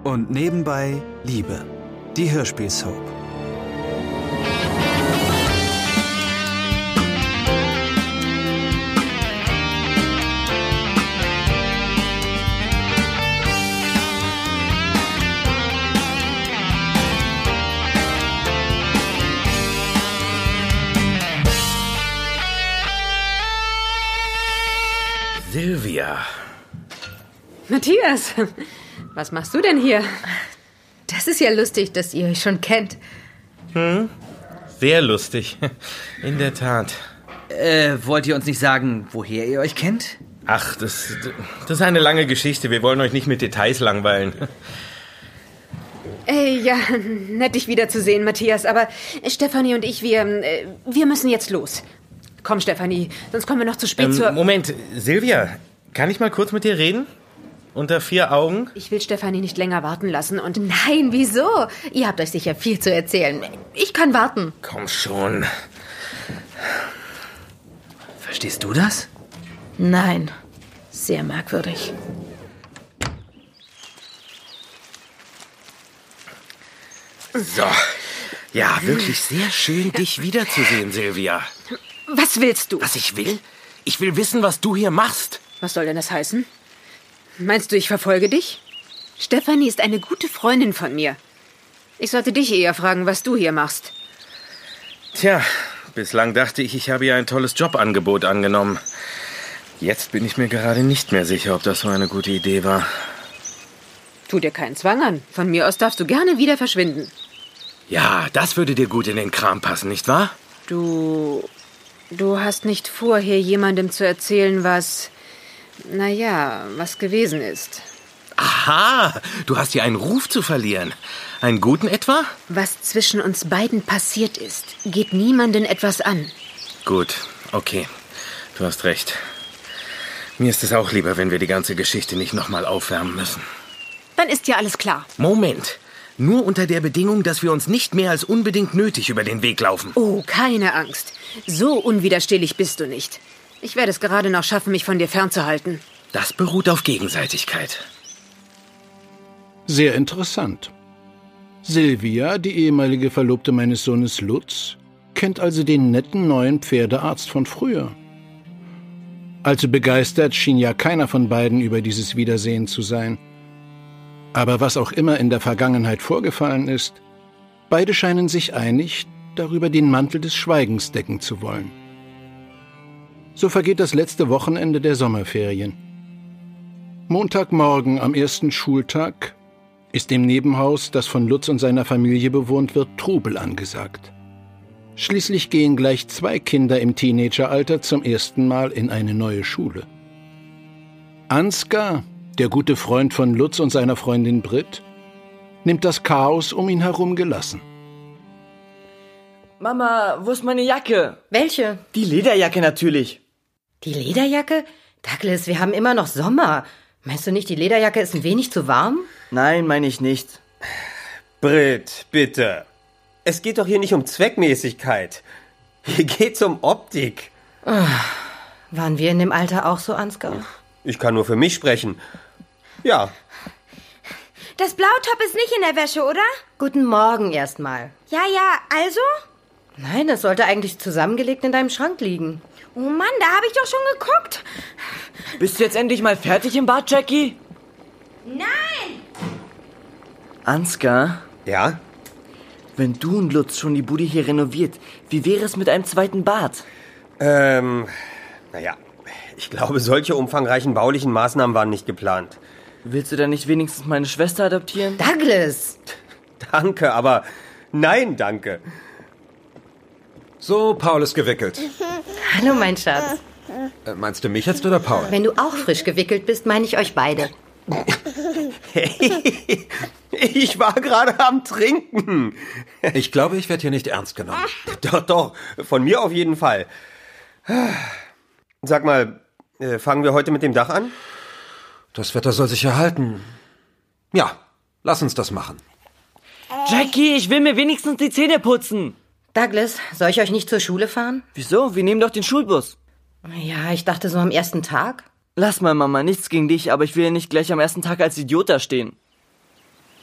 und nebenbei Liebe. Die Hörspielsoap. Silvia. Matthias, was machst du denn hier? Das ist ja lustig, dass ihr euch schon kennt. Sehr lustig. In der Tat. Wollt ihr uns nicht sagen, woher ihr euch kennt? Ach, das ist eine lange Geschichte. Wir wollen euch nicht mit Details langweilen. Ja, nett dich wiederzusehen, Matthias. Aber Stefanie und ich, wir müssen jetzt los. Komm, Stefanie, sonst kommen wir noch zu spät zur... Moment, Silvia, kann ich mal kurz mit dir reden? Unter 4 Augen? Ich will Stefanie nicht länger warten lassen und... Nein, wieso? Ihr habt euch sicher viel zu erzählen. Ich kann warten. Komm schon. Verstehst du das? Nein, sehr merkwürdig. So. Ja, wirklich sehr schön, dich wiederzusehen, Silvia. Was willst du? Was ich will? Ich will wissen, was du hier machst. Was soll denn das heißen? Meinst du, ich verfolge dich? Stefanie ist eine gute Freundin von mir. Ich sollte dich eher fragen, was du hier machst. Tja, bislang dachte ich, ich habe ja ein tolles Jobangebot angenommen. Jetzt bin ich mir gerade nicht mehr sicher, ob das so eine gute Idee war. Tu dir keinen Zwang an. Von mir aus darfst du gerne wieder verschwinden. Ja, das würde dir gut in den Kram passen, nicht wahr? Du hast nicht vor, hier jemandem zu erzählen, was gewesen ist. Aha, du hast hier einen Ruf zu verlieren. Einen guten etwa? Was zwischen uns beiden passiert ist, geht niemanden etwas an. Gut, okay. Du hast recht. Mir ist es auch lieber, wenn wir die ganze Geschichte nicht nochmal aufwärmen müssen. Dann ist ja alles klar. Moment. Nur unter der Bedingung, dass wir uns nicht mehr als unbedingt nötig über den Weg laufen. Oh, keine Angst. So unwiderstehlich bist du nicht. Ich werde es gerade noch schaffen, mich von dir fernzuhalten. Das beruht auf Gegenseitigkeit. Sehr interessant. Silvia, die ehemalige Verlobte meines Sohnes Lutz, kennt also den netten neuen Pferdearzt von früher. Allzu begeistert schien ja keiner von beiden über dieses Wiedersehen zu sein. Aber was auch immer in der Vergangenheit vorgefallen ist, beide scheinen sich einig, darüber den Mantel des Schweigens decken zu wollen. So vergeht das letzte Wochenende der Sommerferien. Montagmorgen am ersten Schultag ist im Nebenhaus, das von Lutz und seiner Familie bewohnt wird, Trubel angesagt. Schließlich gehen gleich 2 Kinder im Teenageralter zum ersten Mal in eine neue Schule. Ansgar, der gute Freund von Lutz und seiner Freundin Britt, nimmt das Chaos um ihn herum gelassen. Mama, wo ist meine Jacke? Welche? Die Lederjacke natürlich. Die Lederjacke? Douglas, wir haben immer noch Sommer. Meinst du nicht, die Lederjacke ist ein wenig zu warm? Nein, meine ich nicht. Britt, bitte. Es geht doch hier nicht um Zweckmäßigkeit. Hier geht's um Optik. Waren wir in dem Alter auch so, Ansgar? Ich kann nur für mich sprechen. Ja. Das Blautop ist nicht in der Wäsche, oder? Guten Morgen erstmal. Ja, also? Nein, es sollte eigentlich zusammengelegt in deinem Schrank liegen. Oh Mann, da habe ich doch schon geguckt. Bist du jetzt endlich mal fertig im Bad, Jackie? Nein! Ansgar? Ja? Wenn du und Lutz schon die Bude hier renoviert, wie wäre es mit einem zweiten Bad? Ich glaube, solche umfangreichen baulichen Maßnahmen waren nicht geplant. Willst du dann nicht wenigstens meine Schwester adoptieren? Douglas! Danke, aber nein, danke. So, Paul ist gewickelt. Hallo, mein Schatz. Meinst du mich jetzt oder Paul? Wenn du auch frisch gewickelt bist, meine ich euch beide. Hey, ich war gerade am Trinken. Ich glaube, ich werde hier nicht ernst genommen. Doch, von mir auf jeden Fall. Sag mal, fangen wir heute mit dem Dach an? Das Wetter soll sich erhalten. Ja, lass uns das machen. Jackie, ich will mir wenigstens die Zähne putzen. Douglas, soll ich euch nicht zur Schule fahren? Wieso? Wir nehmen doch den Schulbus. Ja, ich dachte so am ersten Tag. Lass mal, Mama, nichts gegen dich, aber ich will ja nicht gleich am ersten Tag als Idiot da stehen.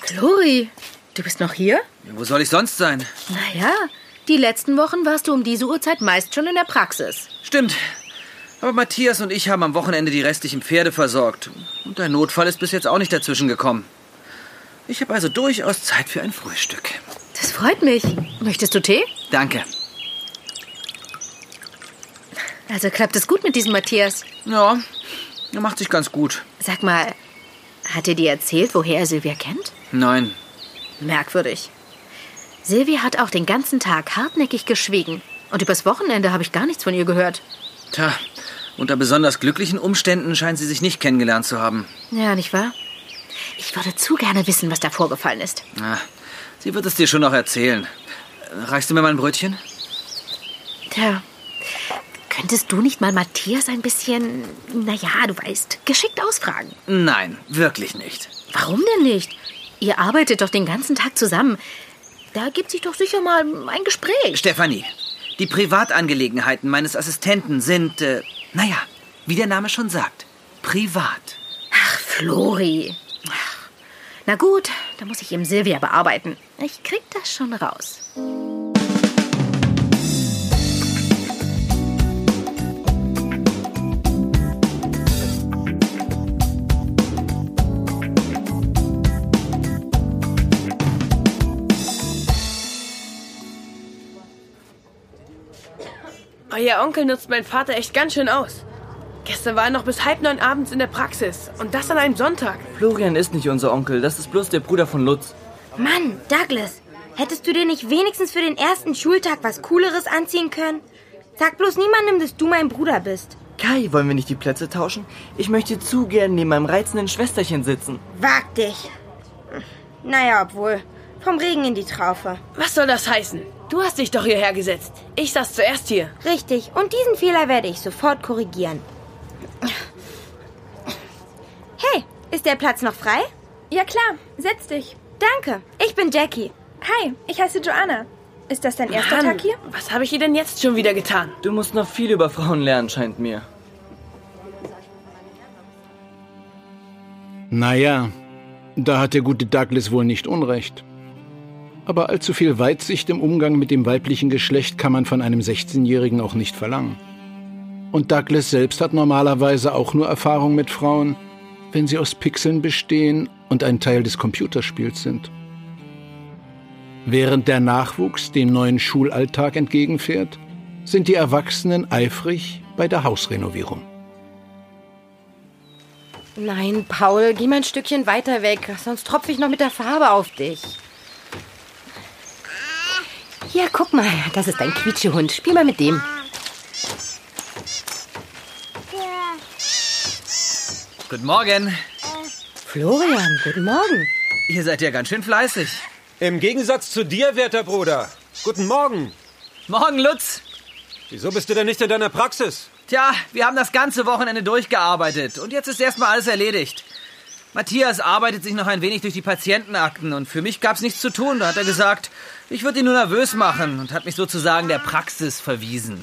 Flori, du bist noch hier? Ja, wo soll ich sonst sein? Naja, die letzten Wochen warst du um diese Uhrzeit meist schon in der Praxis. Stimmt. Aber Matthias und ich haben am Wochenende die restlichen Pferde versorgt. Und ein Notfall ist bis jetzt auch nicht dazwischen gekommen. Ich habe also durchaus Zeit für ein Frühstück. Das freut mich. Möchtest du Tee? Danke. Also klappt es gut mit diesem Matthias? Ja, er macht sich ganz gut. Sag mal, hat er dir erzählt, woher er Silvia kennt? Nein. Merkwürdig. Silvia hat auch den ganzen Tag hartnäckig geschwiegen. Und übers Wochenende habe ich gar nichts von ihr gehört. Tja, unter besonders glücklichen Umständen scheint sie sich nicht kennengelernt zu haben. Ja, nicht wahr? Ich würde zu gerne wissen, was da vorgefallen ist. Na, sie wird es dir schon noch erzählen. Reichst du mir mal ein Brötchen? Tja, könntest du nicht mal Matthias ein bisschen, naja, du weißt, geschickt ausfragen? Nein, wirklich nicht. Warum denn nicht? Ihr arbeitet doch den ganzen Tag zusammen. Da gibt sich doch sicher mal ein Gespräch. Stefanie, die Privatangelegenheiten meines Assistenten sind, naja, wie der Name schon sagt, privat. Ach, Flori. Ach, na gut, da muss ich ihm Silvia bearbeiten. Ich krieg das schon raus. Euer Onkel nutzt meinen Vater echt ganz schön aus. Gestern war er noch bis 8:30 abends in der Praxis. Und das an einem Sonntag. Florian ist nicht unser Onkel, das ist bloß der Bruder von Lutz. Mann, Douglas, hättest du dir nicht wenigstens für den ersten Schultag was Cooleres anziehen können? Sag bloß niemandem, dass du mein Bruder bist. Kai, wollen wir nicht die Plätze tauschen? Ich möchte zu gern neben meinem reizenden Schwesterchen sitzen. Wag dich. Naja, obwohl. Vom Regen in die Traufe. Was soll das heißen? Du hast dich doch hierher gesetzt. Ich saß zuerst hier. Richtig, und diesen Fehler werde ich sofort korrigieren. Hey, ist der Platz noch frei? Ja klar, setz dich. Danke, ich bin Jackie. Hi, ich heiße Joanna. Ist das dein erster Tag hier? Was habe ich ihr denn jetzt schon wieder getan? Du musst noch viel über Frauen lernen, scheint mir. Naja, da hat der gute Douglas wohl nicht unrecht. Aber allzu viel Weitsicht im Umgang mit dem weiblichen Geschlecht kann man von einem 16-Jährigen auch nicht verlangen. Und Douglas selbst hat normalerweise auch nur Erfahrung mit Frauen, wenn sie aus Pixeln bestehen und ein Teil des Computerspiels sind. Während der Nachwuchs dem neuen Schulalltag entgegenfährt, sind die Erwachsenen eifrig bei der Hausrenovierung. Nein, Paul, geh mal ein Stückchen weiter weg, sonst tropfe ich noch mit der Farbe auf dich. Hier, guck mal, das ist ein Quietschehund. Spiel mal mit dem. Guten Morgen. Florian, guten Morgen. Ihr seid ja ganz schön fleißig. Im Gegensatz zu dir, werter Bruder. Guten Morgen. Morgen, Lutz. Wieso bist du denn nicht in deiner Praxis? Tja, wir haben das ganze Wochenende durchgearbeitet und jetzt ist erstmal alles erledigt. Matthias arbeitet sich noch ein wenig durch die Patientenakten und für mich gab's nichts zu tun. Da hat er gesagt, ich würde ihn nur nervös machen und hat mich sozusagen der Praxis verwiesen.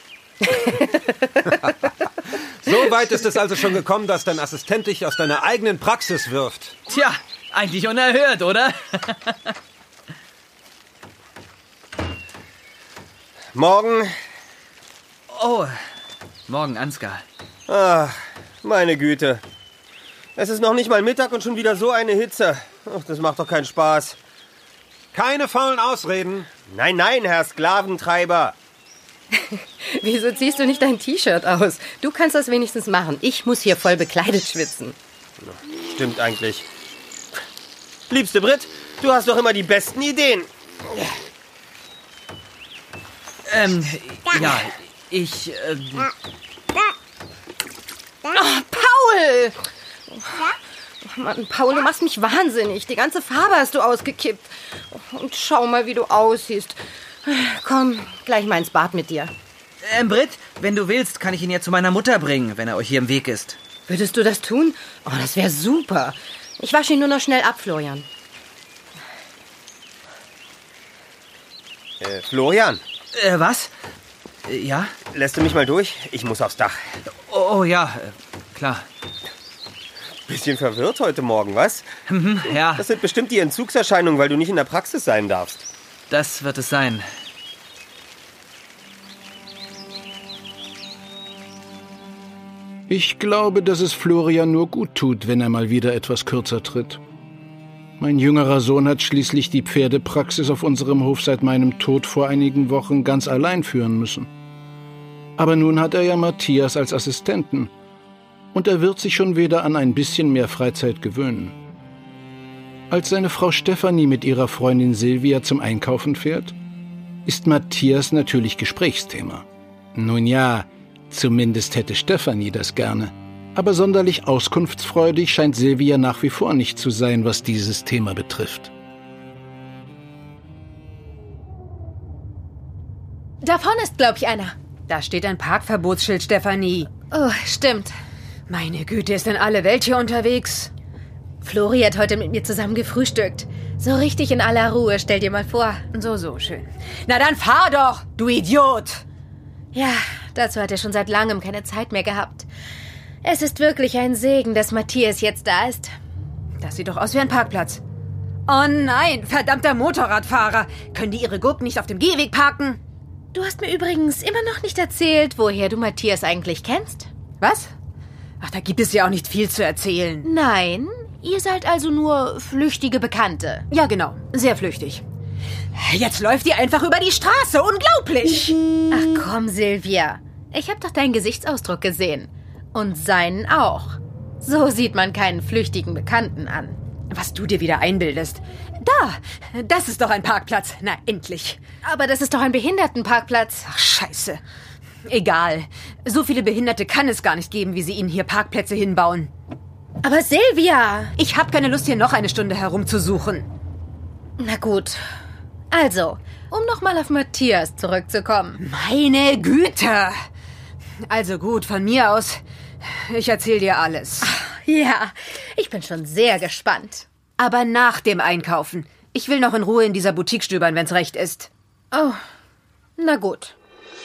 So weit ist es also schon gekommen, dass dein Assistent dich aus deiner eigenen Praxis wirft. Tja, eigentlich unerhört, oder? Morgen. Oh, morgen, Ansgar. Ach, meine Güte. Es ist noch nicht mal Mittag und schon wieder so eine Hitze. Ach, das macht doch keinen Spaß. Keine faulen Ausreden. Nein, nein, Herr Sklaventreiber. Wieso ziehst du nicht dein T-Shirt aus? Du kannst das wenigstens machen. Ich muss hier voll bekleidet schwitzen. Stimmt eigentlich. Liebste Brit, du hast doch immer die besten Ideen. Ja, ich, Oh, Paul! Oh Mann, Paul, du machst mich wahnsinnig. Die ganze Farbe hast du ausgekippt. Und schau mal, wie du aussiehst. Komm, gleich mal ins Bad mit dir. Brit, wenn du willst, kann ich ihn ja zu meiner Mutter bringen, wenn er euch hier im Weg ist. Würdest du das tun? Oh, das wäre super. Ich wasche ihn nur noch schnell ab, Florian. Florian? Was? Ja? Lässt du mich mal durch? Ich muss aufs Dach. Oh ja, klar. Bisschen verwirrt heute Morgen, was? Ja. Das sind bestimmt die Entzugserscheinungen, weil du nicht in der Praxis sein darfst. Das wird es sein. Ich glaube, dass es Florian nur gut tut, wenn er mal wieder etwas kürzer tritt. Mein jüngerer Sohn hat schließlich die Pferdepraxis auf unserem Hof seit meinem Tod vor einigen Wochen ganz allein führen müssen. Aber nun hat er ja Matthias als Assistenten und er wird sich schon wieder an ein bisschen mehr Freizeit gewöhnen. Als seine Frau Stefanie mit ihrer Freundin Silvia zum Einkaufen fährt, ist Matthias natürlich Gesprächsthema. Nun ja, zumindest hätte Stefanie das gerne. Aber sonderlich auskunftsfreudig scheint Silvia nach wie vor nicht zu sein, was dieses Thema betrifft. Da vorne ist, glaube ich, einer. Da steht ein Parkverbotsschild, Stefanie. Oh, stimmt. Meine Güte, ist denn alle Welt hier unterwegs? Flori hat heute mit mir zusammen gefrühstückt. So richtig in aller Ruhe, stell dir mal vor. So, schön. Na dann fahr doch, du Idiot! Ja, dazu hat er schon seit langem keine Zeit mehr gehabt. Es ist wirklich ein Segen, dass Matthias jetzt da ist. Das sieht doch aus wie ein Parkplatz. Oh nein, verdammter Motorradfahrer. Können die ihre Gurken nicht auf dem Gehweg parken? Du hast mir übrigens immer noch nicht erzählt, woher du Matthias eigentlich kennst. Was? Ach, da gibt es ja auch nicht viel zu erzählen. Nein, ihr seid also nur flüchtige Bekannte. Ja, genau, sehr flüchtig. Jetzt läuft ihr einfach über die Straße, unglaublich! Ach komm, Silvia, ich habe doch deinen Gesichtsausdruck gesehen. Und seinen auch. So sieht man keinen flüchtigen Bekannten an. Was du dir wieder einbildest. Das ist doch ein Parkplatz. Na, endlich. Aber das ist doch ein Behindertenparkplatz. Ach, scheiße. Egal. So viele Behinderte kann es gar nicht geben, wie sie ihnen hier Parkplätze hinbauen. Aber Silvia! Ich habe keine Lust, hier noch eine Stunde herumzusuchen. Na gut. Also, um nochmal auf Matthias zurückzukommen. Meine Güte! Also gut, von mir aus. Ich erzähl dir alles. Ja, ich bin schon sehr gespannt. Aber nach dem Einkaufen. Ich will noch in Ruhe in dieser Boutique stöbern, wenn's recht ist. Oh, na gut.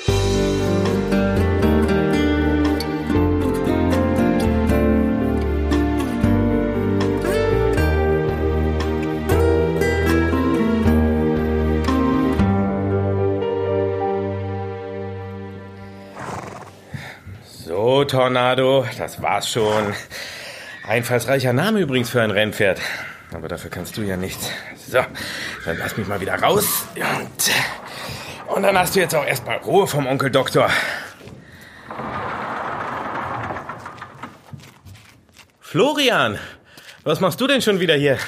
So, Tornado, das war's schon. Einfallsreicher Name übrigens für ein Rennpferd. Aber dafür kannst du ja nichts. So, dann lass mich mal wieder raus. Und dann hast du jetzt auch erstmal Ruhe vom Onkel Doktor. Florian, was machst du denn schon wieder hier?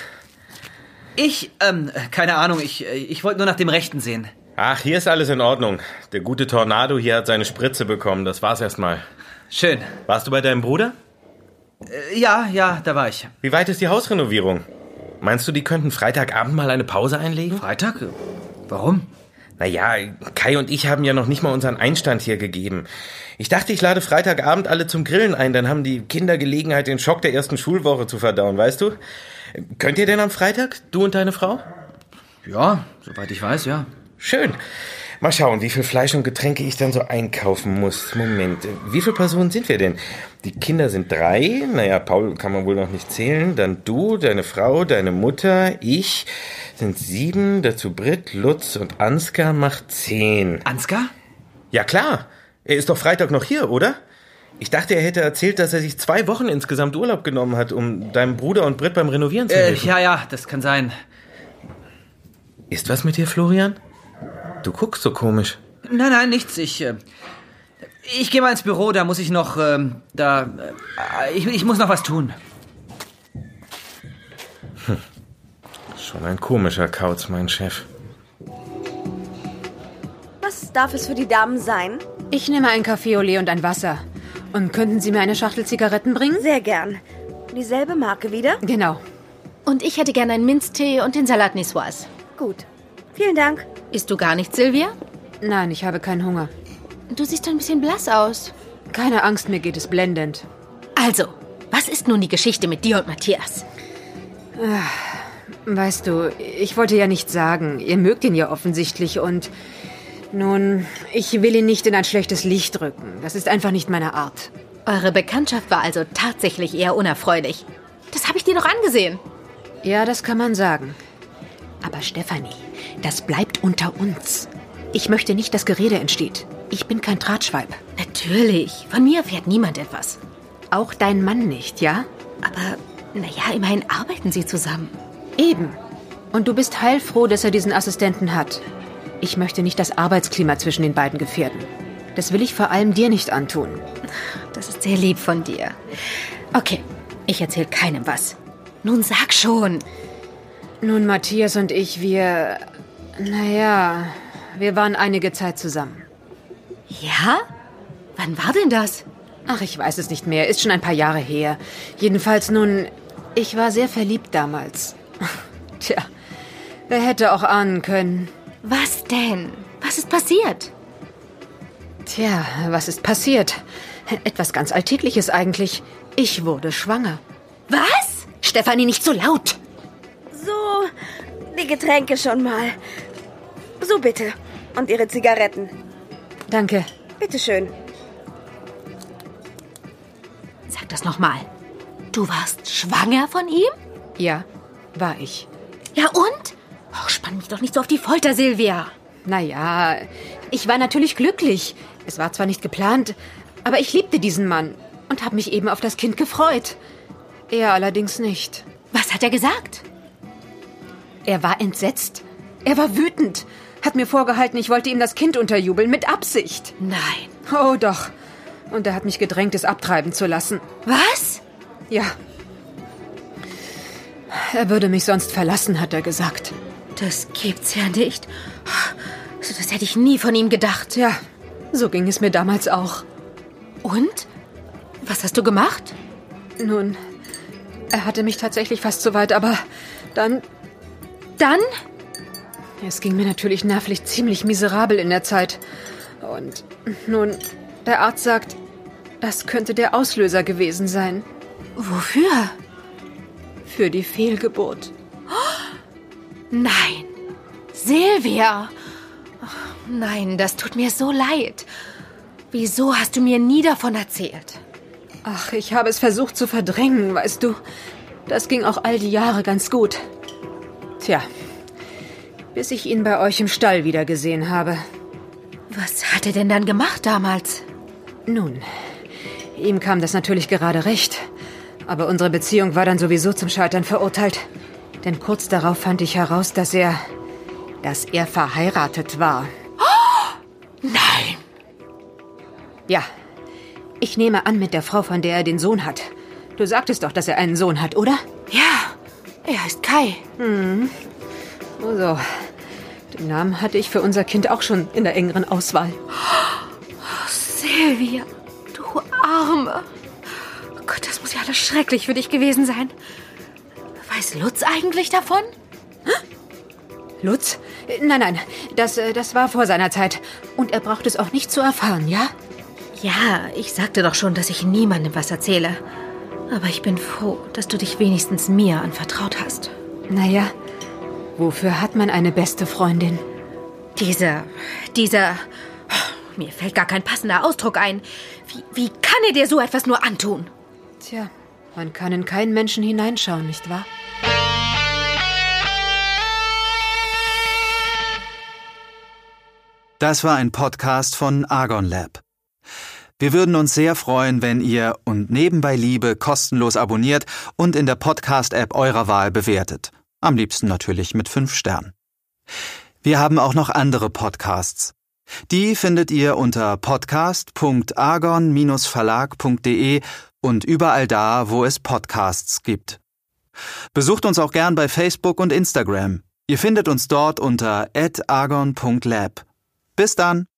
Keine Ahnung, ich wollte nur nach dem Rechten sehen. Ach, hier ist alles in Ordnung. Der gute Tornado hier hat seine Spritze bekommen, das war's erstmal. Schön. Warst du bei deinem Bruder? Ja, da war ich. Wie weit ist die Hausrenovierung? Meinst du, die könnten Freitagabend mal eine Pause einlegen? Freitag? Warum? Naja, Kai und ich haben ja noch nicht mal unseren Einstand hier gegeben. Ich dachte, ich lade Freitagabend alle zum Grillen ein, dann haben die Kinder Gelegenheit, den Schock der ersten Schulwoche zu verdauen, weißt du? Könnt ihr denn am Freitag, du und deine Frau? Ja, soweit ich weiß, ja. Schön. Mal schauen, wie viel Fleisch und Getränke ich dann so einkaufen muss. Moment, wie viele Personen sind wir denn? Die Kinder sind 3. Naja, Paul kann man wohl noch nicht zählen. Dann du, deine Frau, deine Mutter, ich. Sind 7. Dazu Britt, Lutz und Ansgar macht 10. Ansgar? Ja, klar. Er ist doch Freitag noch hier, oder? Ich dachte, er hätte erzählt, dass er sich 2 Wochen insgesamt Urlaub genommen hat, um deinem Bruder und Britt beim Renovieren zu helfen. Ja, das kann sein. Ist was mit dir, Florian? Du guckst so komisch. Nein, nichts. Ich gehe mal ins Büro, da muss ich noch, ich muss noch was tun. Schon ein komischer Kauz, mein Chef. Was darf es für die Damen sein? Ich nehme ein Café au lait und ein Wasser. Und könnten Sie mir eine Schachtel Zigaretten bringen? Sehr gern. Dieselbe Marke wieder? Genau. Und ich hätte gerne einen Minztee und den Salat Niçoise. Gut. Vielen Dank. Isst du gar nicht, Silvia? Nein, ich habe keinen Hunger. Du siehst ein bisschen blass aus. Keine Angst, mir geht es blendend. Also, was ist nun die Geschichte mit dir und Matthias? Weißt du, ich wollte ja nichts sagen. Ihr mögt ihn ja offensichtlich und... Nun, ich will ihn nicht in ein schlechtes Licht rücken. Das ist einfach nicht meine Art. Eure Bekanntschaft war also tatsächlich eher unerfreulich. ich dir noch angesehen. Ja, das kann man sagen. Aber Stefanie, das bleibt unter uns. Ich möchte nicht, dass Gerede entsteht. Ich bin kein Tratschweib. Natürlich. Von mir erfährt niemand etwas. Auch dein Mann nicht, ja? Aber, naja, immerhin arbeiten sie zusammen. Eben. Und du bist heilfroh, dass er diesen Assistenten hat. Ich möchte nicht das Arbeitsklima zwischen den beiden gefährden. Das will ich vor allem dir nicht antun. Das ist sehr lieb von dir. Okay, ich erzähl keinem was. Nun sag schon. Nun, Matthias und ich, wir waren einige Zeit zusammen. Ja? Wann war denn das? Ach, ich weiß es nicht mehr. Ist schon ein paar Jahre her. Jedenfalls nun, ich war sehr verliebt damals. Tja, wer hätte auch ahnen können. Was denn? Was ist passiert? Tja, was ist passiert? Etwas ganz Alltägliches eigentlich. Ich wurde schwanger. Was? Stefanie, nicht so laut. So, die Getränke schon mal. So bitte. Und Ihre Zigaretten. Danke. Bitteschön. Sag das nochmal. Du warst schwanger von ihm? Ja, war ich. Ja und? Oh, spann mich doch nicht so auf die Folter, Silvia. Naja, ich war natürlich glücklich. Es war zwar nicht geplant, aber ich liebte diesen Mann und habe mich eben auf das Kind gefreut. Er allerdings nicht. Was hat er gesagt? Er war entsetzt. Er war wütend. Hat mir vorgehalten, ich wollte ihm das Kind unterjubeln, mit Absicht. Nein. Oh doch. Und er hat mich gedrängt, es abtreiben zu lassen. Was? Ja. Er würde mich sonst verlassen, hat er gesagt. Das gibt's ja nicht. Also das hätte ich nie von ihm gedacht. Ja, so ging es mir damals auch. Und? Was hast du gemacht? Nun, er hatte mich tatsächlich fast so weit, aber dann... Dann? Es ging mir natürlich nervlich ziemlich miserabel in der Zeit. Und nun, der Arzt sagt, das könnte der Auslöser gewesen sein. Wofür? Für die Fehlgeburt. Nein. Silvia. Nein, das tut mir so leid. Wieso hast du mir nie davon erzählt? Ach, ich habe es versucht zu verdrängen, weißt du. Das ging auch all die Jahre ganz gut. Tja, bis ich ihn bei euch im Stall wieder gesehen habe. Was hat er denn dann gemacht damals? Nun, ihm kam das natürlich gerade recht. Aber unsere Beziehung war dann sowieso zum Scheitern verurteilt. Denn kurz darauf fand ich heraus, dass er verheiratet war. Oh, nein! Ja, ich nehme an mit der Frau, von der er den Sohn hat. Du sagtest doch, dass er einen Sohn hat, oder? Ja, er heißt Kai. Also, den Namen hatte ich für unser Kind auch schon in der engeren Auswahl. Oh, Silvia, du Arme. Oh Gott, das muss ja alles schrecklich für dich gewesen sein. Weiß Lutz eigentlich davon? Lutz? Nein, das war vor seiner Zeit. Und er braucht es auch nicht zu erfahren, ja? Ja, ich sagte doch schon, dass ich niemandem was erzähle. Aber ich bin froh, dass du dich wenigstens mir anvertraut hast. Naja, wofür hat man eine beste Freundin? Dieser... Mir fällt gar kein passender Ausdruck ein. Wie kann er dir so etwas nur antun? Tja, man kann in keinen Menschen hineinschauen, nicht wahr? Das war ein Podcast von Argon Lab. Wir würden uns sehr freuen, wenn ihr Und nebenbei Liebe kostenlos abonniert und in der Podcast-App eurer Wahl bewertet. Am liebsten natürlich mit 5 Sternen. Wir haben auch noch andere Podcasts. Die findet ihr unter podcast.argon-verlag.de und überall da, wo es Podcasts gibt. Besucht uns auch gern bei Facebook und Instagram. Ihr findet uns dort unter @argon.lab. Bis dann!